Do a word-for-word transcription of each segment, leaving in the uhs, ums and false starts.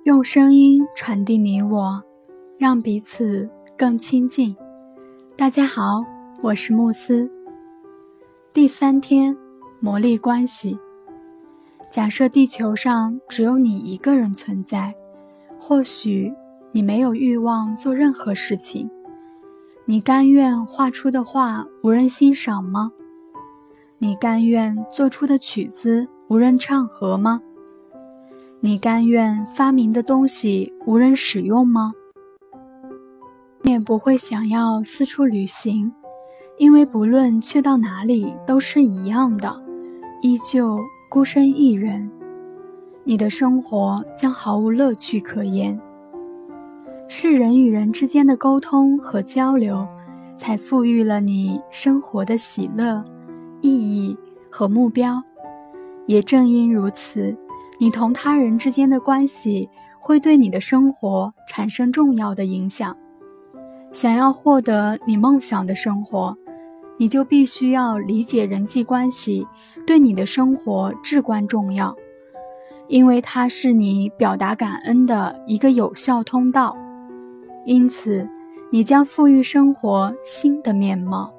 用声音传递你我，让彼此更亲近。大家好，我是慕斯。第三天，魔力关系。假设地球上只有你一个人存在，或许你没有欲望做任何事情。你甘愿画出的画无人欣赏吗？你甘愿做出的曲子无人唱和吗？你甘愿发明的东西无人使用吗？你也不会想要四处旅行，因为不论去到哪里都是一样的，依旧孤身一人。你的生活将毫无乐趣可言。是人与人之间的沟通和交流，才赋予了你生活的喜乐、意义和目标。也正因如此，你同他人之间的关系会对你的生活产生重要的影响。想要获得你梦想的生活，你就必须要理解人际关系对你的生活至关重要，因为它是你表达感恩的一个有效通道。因此，你将赋予生活新的面貌。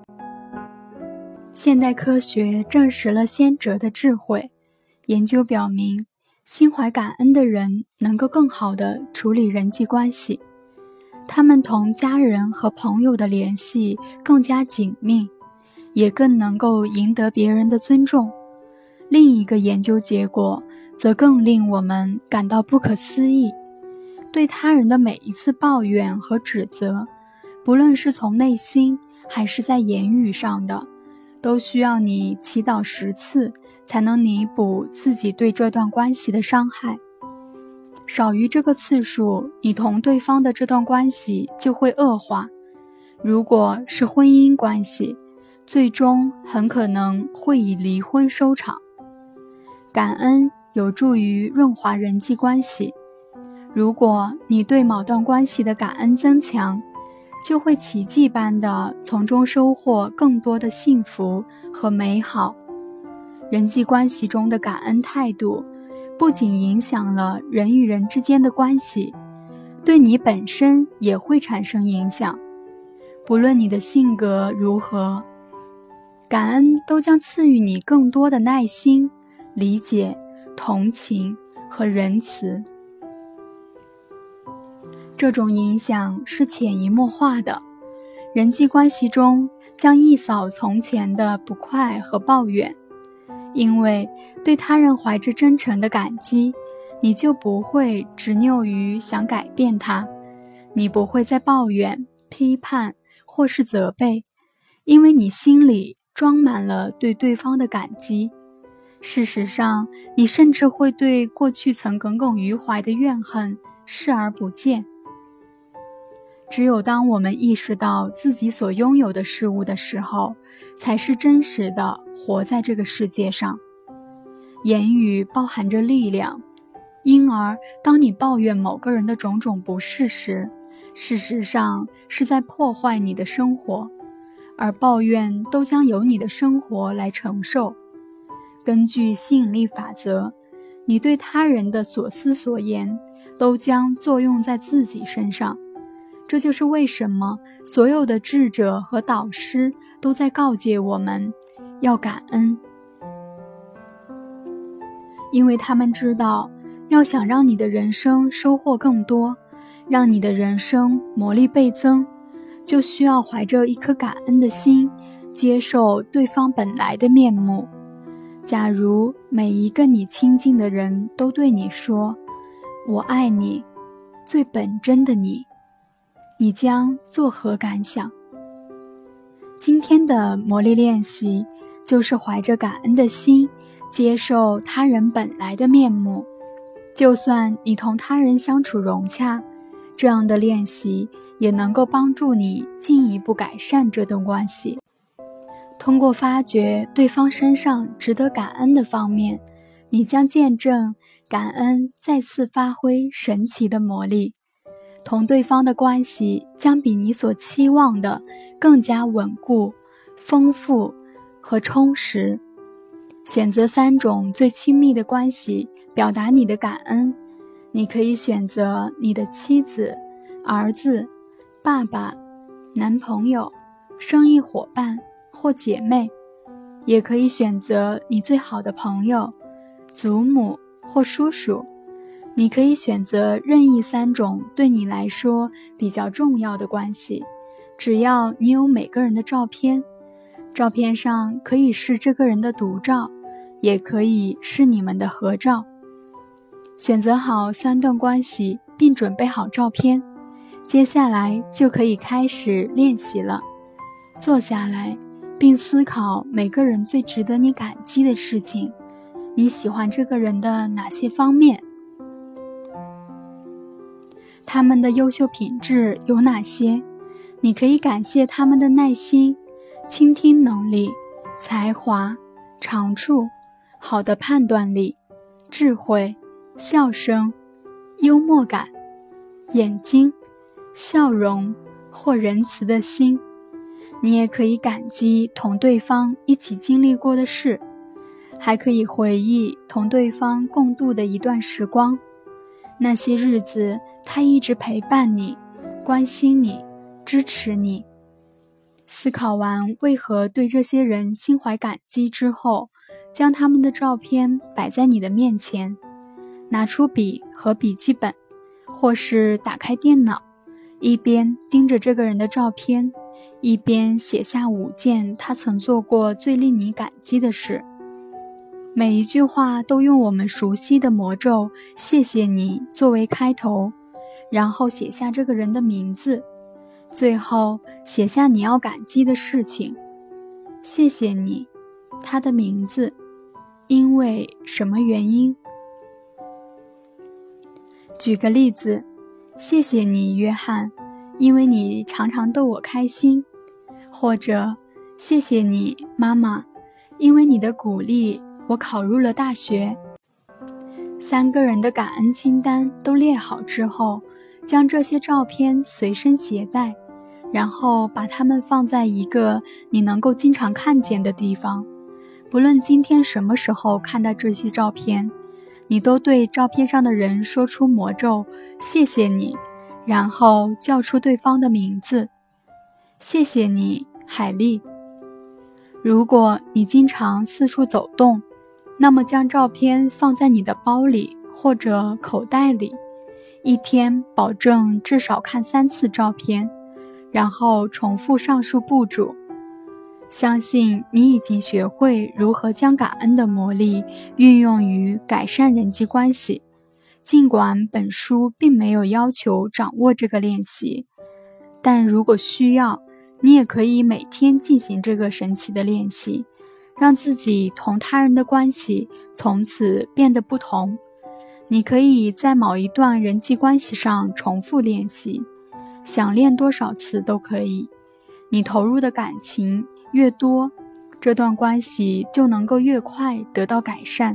现代科学证实了先哲的智慧，研究表明，心怀感恩的人能够更好地处理人际关系，他们同家人和朋友的联系更加紧密，也更能够赢得别人的尊重。另一个研究结果则更令我们感到不可思议。对他人的每一次抱怨和指责，不论是从内心还是在言语上的，都需要你祈祷十次才能弥补自己对这段关系的伤害。少于这个次数，你同对方的这段关系就会恶化。如果是婚姻关系，最终很可能会以离婚收场。感恩有助于润滑人际关系。如果你对某段关系的感恩增强，就会奇迹般地从中收获更多的幸福和美好。人际关系中的感恩态度，不仅影响了人与人之间的关系，对你本身也会产生影响。不论你的性格如何，感恩都将赐予你更多的耐心、理解、同情和仁慈。这种影响是潜移默化的，人际关系中将一扫从前的不快和抱怨。因为对他人怀着真诚的感激，你就不会执拗于想改变他，你不会再抱怨、批判或是责备，因为你心里装满了对对方的感激。事实上，你甚至会对过去曾耿耿于怀的怨恨视而不见。只有当我们意识到自己所拥有的事物的时候，才是真实的活在这个世界上。言语包含着力量，因而当你抱怨某个人的种种不是时，事实上是在破坏你的生活，而抱怨都将由你的生活来承受。根据吸引力法则，你对他人的所思所言都将作用在自己身上。这就是为什么所有的智者和导师都在告诫我们要感恩，因为他们知道，要想让你的人生收获更多，让你的人生魔力倍增，就需要怀着一颗感恩的心，接受对方本来的面目。假如每一个你亲近的人都对你说我爱你，最本真的你，你将作何感想？今天的魔力练习就是怀着感恩的心，接受他人本来的面目。就算你同他人相处融洽，这样的练习也能够帮助你进一步改善这段关系。通过发掘对方身上值得感恩的方面，你将见证感恩再次发挥神奇的魔力。同对方的关系将比你所期望的更加稳固、丰富和充实。选择三种最亲密的关系，表达你的感恩， 你可以选择你的妻子、儿子、爸爸、男朋友、生意伙伴或姐妹，也可以选择你最好的朋友、祖母或叔叔。你可以选择任意三种对你来说比较重要的关系，只要你有每个人的照片。照片上可以是这个人的独照，也可以是你们的合照。选择好三段关系并准备好照片，接下来就可以开始练习了。坐下来并思考每个人最值得你感激的事情，你喜欢这个人的哪些方面？他们的优秀品质有哪些？你可以感谢他们的耐心、倾听能力、才华、长处、好的判断力、智慧、笑声、幽默感、眼睛、笑容或仁慈的心。你也可以感激同对方一起经历过的事，还可以回忆同对方共度的一段时光。那些日子，他一直陪伴你，关心你，支持你。思考完为何对这些人心怀感激之后，将他们的照片摆在你的面前，拿出笔和笔记本，或是打开电脑，一边盯着这个人的照片，一边写下五件他曾做过最令你感激的事。每一句话都用我们熟悉的魔咒谢谢你作为开头，然后写下这个人的名字，最后写下你要感激的事情。谢谢你，他的名字，因为什么原因？举个例子，谢谢你，约翰，因为你常常逗我开心。或者，谢谢你，妈妈，因为你的鼓励我考入了大学。三个人的感恩清单都列好之后，将这些照片随身携带，然后把它们放在一个你能够经常看见的地方。不论今天什么时候看到这些照片，你都对照片上的人说出魔咒谢谢你，然后叫出对方的名字。谢谢你，海莉。如果你经常四处走动，那么将照片放在你的包里或者口袋里，一天保证至少看三次照片，然后重复上述步骤。相信你已经学会如何将感恩的魔力运用于改善人际关系。尽管本书并没有要求掌握这个练习，但如果需要，你也可以每天进行这个神奇的练习，让自己同他人的关系从此变得不同。你可以在某一段人际关系上重复练习，想练多少次都可以。你投入的感情越多，这段关系就能够越快得到改善。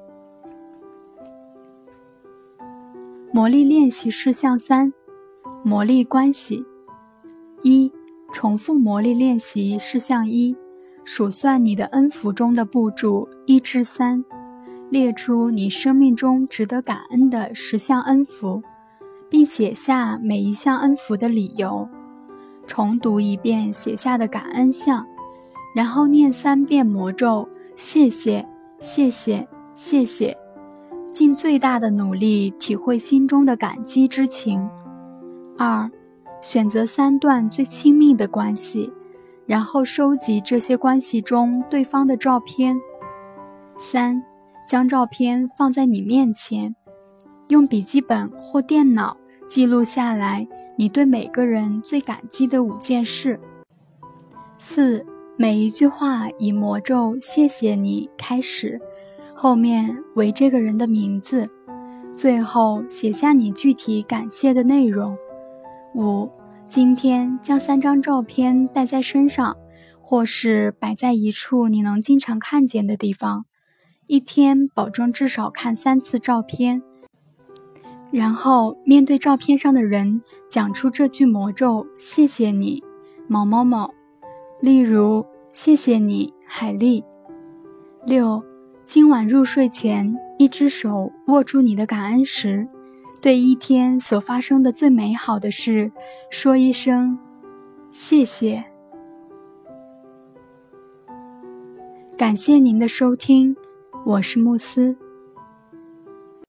魔力练习事项三：魔力关系。一、重复魔力练习事项一，数算你的恩福中的步骤一至三，列出你生命中值得感恩的十项恩福，并写下每一项恩福的理由。重读一遍写下的感恩项，然后念三遍魔咒谢谢谢谢谢谢，尽最大的努力体会心中的感激之情。二、选择三段最亲密的关系，然后收集这些关系中对方的照片。三、将照片放在你面前，用笔记本或电脑记录下来你对每个人最感激的五件事。四、每一句话以魔咒谢谢你开始，后面为这个人的名字，最后写下你具体感谢的内容。五、今天将三张照片带在身上，或是摆在一处你能经常看见的地方，一天保证至少看三次照片，然后面对照片上的人讲出这句魔咒谢谢你某某某，例如谢谢你海莉。六、今晚入睡前，一只手握住你的感恩石， 对一天所发生的最美好的事说一声谢谢。感谢您的收听，我是慕斯。